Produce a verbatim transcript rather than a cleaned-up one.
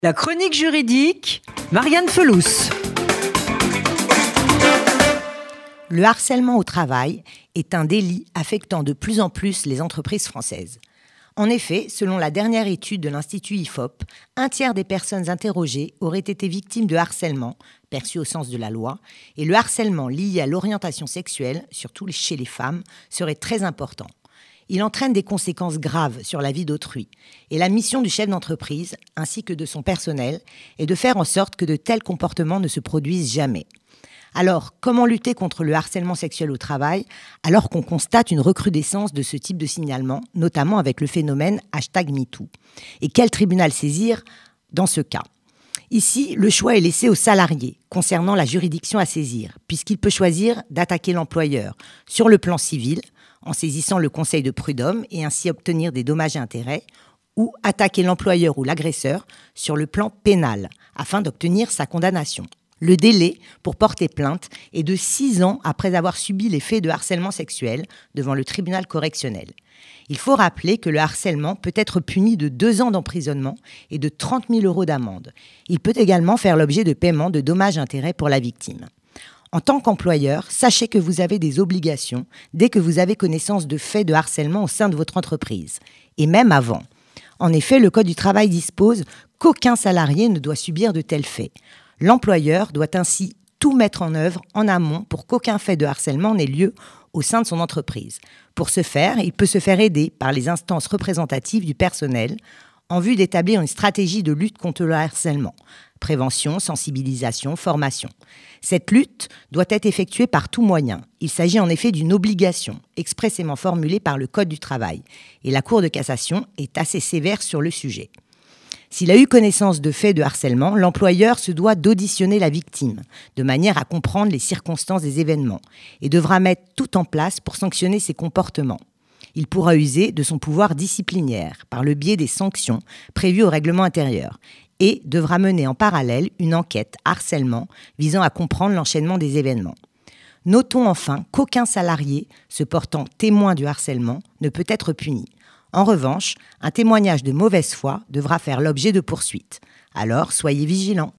La chronique juridique, Marianne Felous. Le harcèlement au travail est un délit affectant de plus en plus les entreprises françaises. En effet, selon la dernière étude de l'Institut I F O P, un tiers des personnes interrogées auraient été victimes de harcèlement, perçu au sens de la loi, et le harcèlement lié à l'orientation sexuelle, surtout chez les femmes, serait très important. Il entraîne des conséquences graves sur la vie d'autrui. Et la mission du chef d'entreprise, ainsi que de son personnel, est de faire en sorte que de tels comportements ne se produisent jamais. Alors, comment lutter contre le harcèlement sexuel au travail, alors qu'on constate une recrudescence de ce type de signalement, notamment avec le phénomène hashtag MeToo ? Et quel tribunal saisir dans ce cas ? Ici, le choix est laissé au salarié concernant la juridiction à saisir, puisqu'il peut choisir d'attaquer l'employeur sur le plan civil, en saisissant le conseil de prud'homme et ainsi obtenir des dommages et intérêts, ou attaquer l'employeur ou l'agresseur sur le plan pénal, afin d'obtenir sa condamnation. Le délai pour porter plainte est de six ans après avoir subi les faits de harcèlement sexuel devant le tribunal correctionnel. Il faut rappeler que le harcèlement peut être puni de deux ans d'emprisonnement et de trente mille euros d'amende. Il peut également faire l'objet de paiement de dommages et intérêts pour la victime. En tant qu'employeur, sachez que vous avez des obligations dès que vous avez connaissance de faits de harcèlement au sein de votre entreprise, et même avant. En effet, le Code du travail dispose qu'aucun salarié ne doit subir de tels faits. L'employeur doit ainsi tout mettre en œuvre en amont pour qu'aucun fait de harcèlement n'ait lieu au sein de son entreprise. Pour ce faire, il peut se faire aider par les instances représentatives du personnel en vue d'établir une stratégie de lutte contre le harcèlement. Prévention, sensibilisation, formation. Cette lutte doit être effectuée par tout moyen. Il s'agit en effet d'une obligation expressément formulée par le Code du travail. Et la Cour de cassation est assez sévère sur le sujet. S'il a eu connaissance de faits de harcèlement, l'employeur se doit d'auditionner la victime, de manière à comprendre les circonstances des événements, et devra mettre tout en place pour sanctionner ses comportements. Il pourra user de son pouvoir disciplinaire, par le biais des sanctions prévues au règlement intérieur, et devra mener en parallèle une enquête harcèlement visant à comprendre l'enchaînement des événements. Notons enfin qu'aucun salarié se portant témoin du harcèlement ne peut être puni. En revanche, un témoignage de mauvaise foi devra faire l'objet de poursuites. Alors, soyez vigilants.